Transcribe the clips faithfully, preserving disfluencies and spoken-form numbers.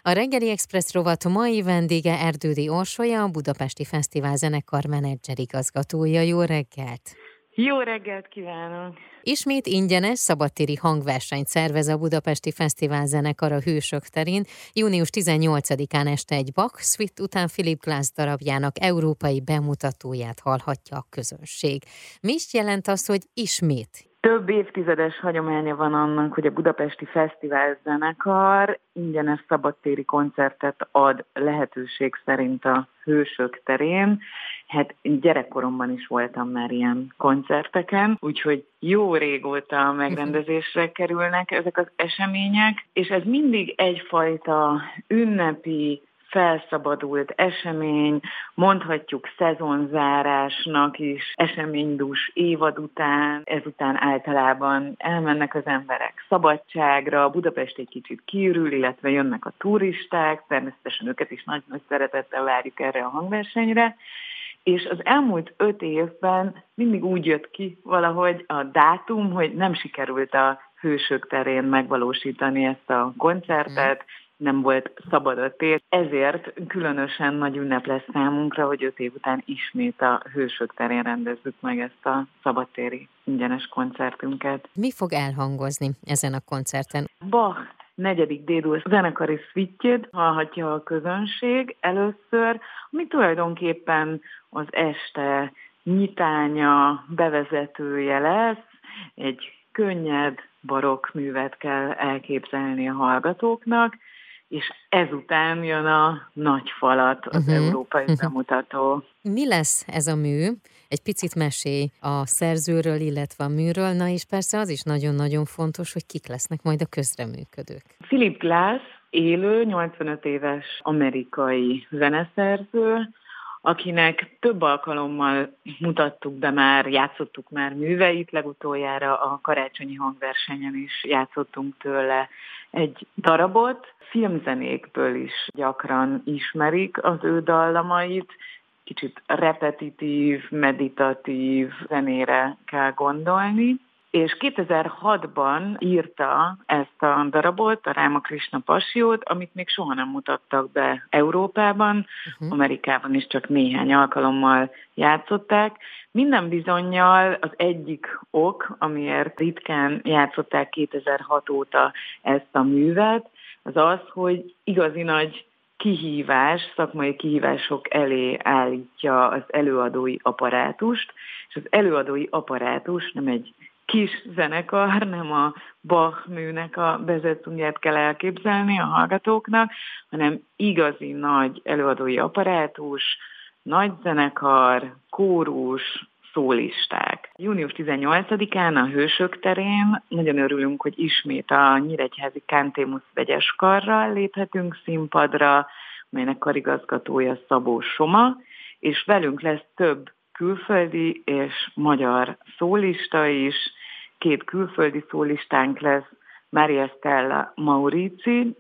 A Reggeli Express rovat mai vendége Erdődy Orsolya, a Budapesti Fesztivál zenekar menedzserigazgatója. Jó reggelt! Jó reggelt kívánok! Ismét ingyenes szabadtéri hangversenyt szervez a Budapesti Fesztivál zenekar a Hősök terén. június tizennyolcadikán este egy Bach Suite után Philip Glass darabjának európai bemutatóját hallhatja a közönség. Mi is jelent az, hogy ismét? Több évtizedes hagyománya van annak, hogy a Budapesti Fesztivál zenekar ingyenes szabadtéri koncertet ad lehetőség szerint a Hősök terén. Hát gyerekkoromban is voltam már ilyen koncerteken, úgyhogy jó régóta megrendezésre kerülnek ezek az események, és ez mindig egyfajta ünnepi, felszabadult esemény, mondhatjuk szezonzárásnak is, eseménydús évad után, ezután általában elmennek az emberek szabadságra, Budapest egy kicsit kiürül, illetve jönnek a turisták, természetesen őket is nagy-nagy szeretettel várjuk erre a hangversenyre, és az elmúlt öt évben mindig úgy jött ki valahogy a dátum, hogy nem sikerült a Hősök terén megvalósítani ezt a koncertet, nem volt szabad a tér. Ezért különösen nagy ünnep lesz számunkra, hogy öt év után ismét a Hősök terén rendezzük meg ezt a szabadtéri ingyenes koncertünket. Mi fog elhangozni ezen a koncerten? Bach negyedik D-dur zenekari szvittjét hallhatja a közönség először, ami tulajdonképpen az este nyitánya, bevezetője lesz. Egy könnyed barokk művet kell elképzelni a hallgatóknak, és ezután jön a nagy falat, az uh-huh. európai bemutató. Mi lesz ez a mű? Egy picit mesélj a szerzőről, illetve a műről, na és persze az is nagyon-nagyon fontos, hogy kik lesznek majd a közreműködők. Philip Glass, élő, nyolcvanöt éves amerikai zeneszerző, akinek több alkalommal mutattuk be már, játszottuk már műveit, legutoljára a karácsonyi hangversenyen is játszottunk tőle egy darabot. Filmzenékből is gyakran ismerik az ő dallamait, kicsit repetitív, meditatív zenére kell gondolni. És kétezer-hatban írta ezt a darabot, a Ráma Krisna Passiót, amit még soha nem mutattak be Európában, uh-huh. Amerikában is csak néhány alkalommal játszották. Minden bizonnyal az egyik ok, amiért ritkán játszották kétezer-hat óta ezt a művet, az az, hogy igazi nagy kihívás, szakmai kihívások elé állítja az előadói apparátust, és az előadói apparátus nem egy kis zenekar, nem a Bach műnek a bezettungját kell elképzelni a hallgatóknak, hanem igazi nagy előadói apparátus, nagy zenekar, kórus, szólisták. június tizennyolcadikán a Hősök terén nagyon örülünk, hogy ismét a Nyíregyházi Cantémus vegyes karral léphetünk színpadra, melynek karigazgatója Szabó Soma, és velünk lesz több külföldi és magyar szólista is. Két külföldi szólistánk lesz, Maria Stella Maurizi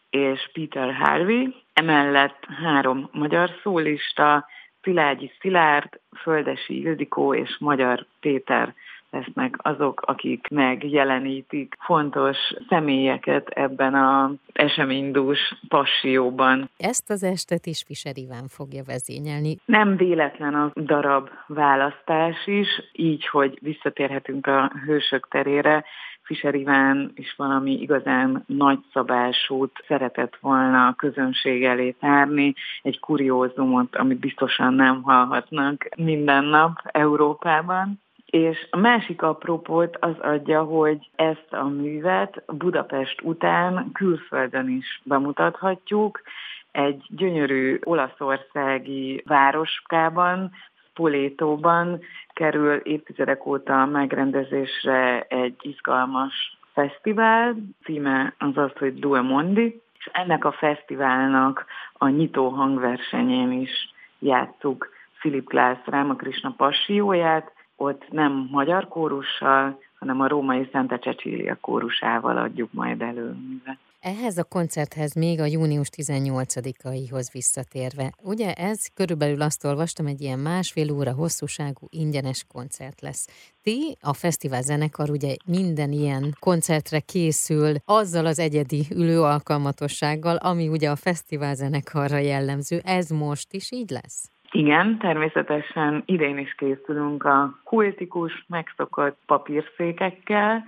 és Peter Harvey. Emellett három magyar szólista, Szilágyi Szilárd, Földesi Ildikó és Magyar Péter lesznek azok, akik megjelenítik fontos személyeket ebben az eseménydús passióban. Ezt az estet is Fischer Iván fogja vezényelni. Nem véletlen a darab választás is, így, hogy visszatérhetünk a Hősök terére. Fischer Iván is valami igazán nagyszabásút szeretett volna a közönség elé tárni, egy kuriózumot, amit biztosan nem hallhatnak minden nap Európában. És a másik apropót az adja, hogy ezt a művet Budapest után külföldön is bemutathatjuk. Egy gyönyörű olaszországi városkában, Spoletóban kerül évtizedek óta megrendezésre egy izgalmas fesztivál. Címe az az, hogy Due Mondi, és ennek a fesztiválnak a nyitó hangversenyén is játsszuk Philip Glass Ráma Krisna Passióját. Ott nem magyar kórussal, hanem a római Santa Cecilia kórusával adjuk majd elő. Ehhez a koncerthez még a június tizennyolcadikaihoz visszatérve. Ugye ez körülbelül azt olvastam, egy ilyen másfél óra hosszúságú ingyenes koncert lesz. Ti, a fesztivál zenekar ugye minden ilyen koncertre készül azzal az egyedi ülő alkalmatossággal, ami ugye a fesztivál zenekarra jellemző. Ez most is így lesz? Igen, természetesen idén is készülünk a kultikus, megszokott papírszékekkel,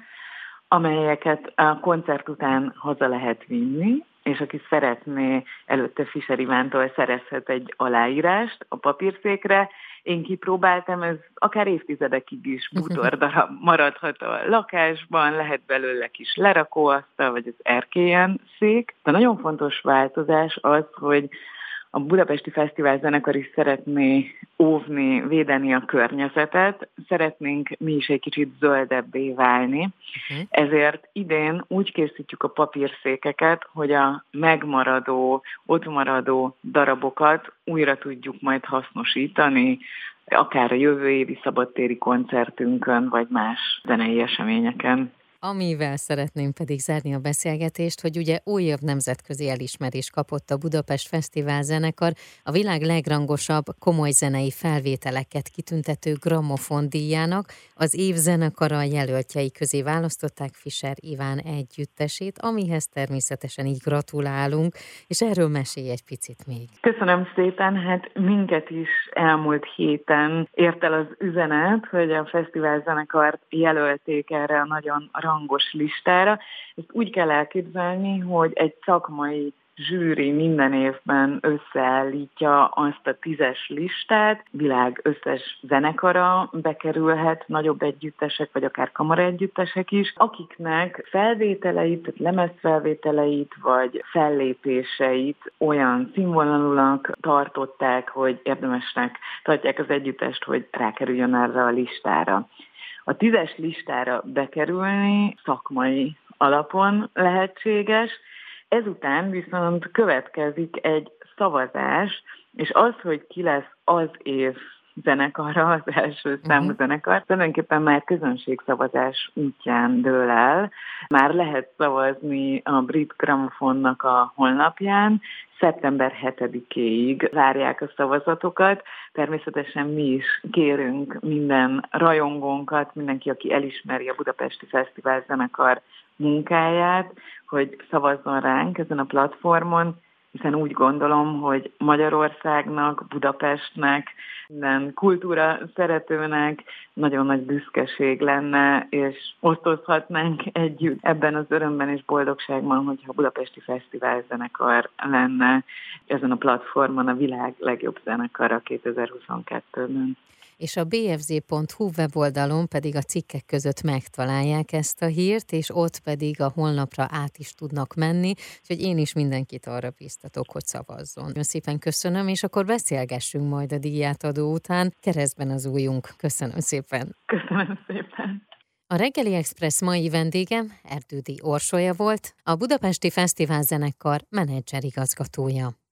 amelyeket a koncert után haza lehet vinni, és aki szeretné, előtte Fischer Ivántól szerezhet egy aláírást a papírszékre. Én kipróbáltam, ez akár évtizedekig is bútordarab maradhat a lakásban, lehet belőle kis lerakóasztal, vagy az erkélyen szék. De nagyon fontos változás az, hogy a Budapesti Fesztivál Zenekar is szeretné óvni, védeni a környezetet, szeretnénk mi is egy kicsit zöldebbé válni. Uh-huh. Ezért idén úgy készítjük a papírszékeket, hogy a megmaradó, ott maradó darabokat újra tudjuk majd hasznosítani, akár a jövő évi szabadtéri koncertünkön, vagy más zenei eseményeken. Amivel szeretném pedig zárni a beszélgetést, hogy ugye újabb nemzetközi elismerést kapott a Budapest Fesztivál Zenekar, a világ legrangosabb komoly zenei felvételeket kitüntető Grammofon díjának, az év zenekara jelöltjei közé választották Fischer Iván együttesét, amihez természetesen így gratulálunk, és erről mesélj egy picit még. Köszönöm szépen, hát minket is elmúlt héten ért el az üzenet, hogy a Fesztivál Zenekart jelölték erre a nagyon rangos listára. Ezt úgy kell elképzelni, hogy egy szakmai zsűri minden évben összeállítja azt a tízes listát, világ összes zenekara bekerülhet, nagyobb együttesek, vagy akár kamaraegyüttesek is, akiknek felvételeit, lemezfelvételeit, vagy fellépéseit olyan színvonalúnak tartották, hogy érdemesnek tartják az együttest, hogy rákerüljön erre a listára. A tízes listára bekerülni szakmai alapon lehetséges, ezután viszont következik egy szavazás, és az, hogy ki lesz az év zenekara, az első számú uh-huh. zenekar, tulajdonképpen már közönségszavazás útján dől el. Már lehet szavazni a Brit Grammofonnak a honlapján, szeptember hetedikéig várják a szavazatokat. Természetesen mi is kérünk minden rajongónkat, mindenki, aki elismeri a Budapesti Fesztivál Zenekar munkáját, hogy szavazzon ránk ezen a platformon, hiszen úgy gondolom, hogy Magyarországnak, Budapestnek, minden kultúra szeretőnek nagyon nagy büszkeség lenne, és osztozhatnánk együtt ebben az örömben és boldogságban, hogyha a Budapesti Fesztivál Zenekar lenne ezen a platformon a világ legjobb zenekara kétezer-huszonkettőben. És a bé ef zé pont hú weboldalon pedig a cikkek között megtalálják ezt a hírt, és ott pedig a honlapra át is tudnak menni, úgyhogy én is mindenkit arra bíztatok, hogy szavazzon. Nagyon szépen köszönöm, és akkor beszélgessünk majd a díjátadó után. Keresztben az újunk. Köszönöm szépen. Köszönöm szépen. A Reggeli Express mai vendégem Erdődy Orsolya volt, a Budapesti Fesztivál Zenekar menedzserigazgatója.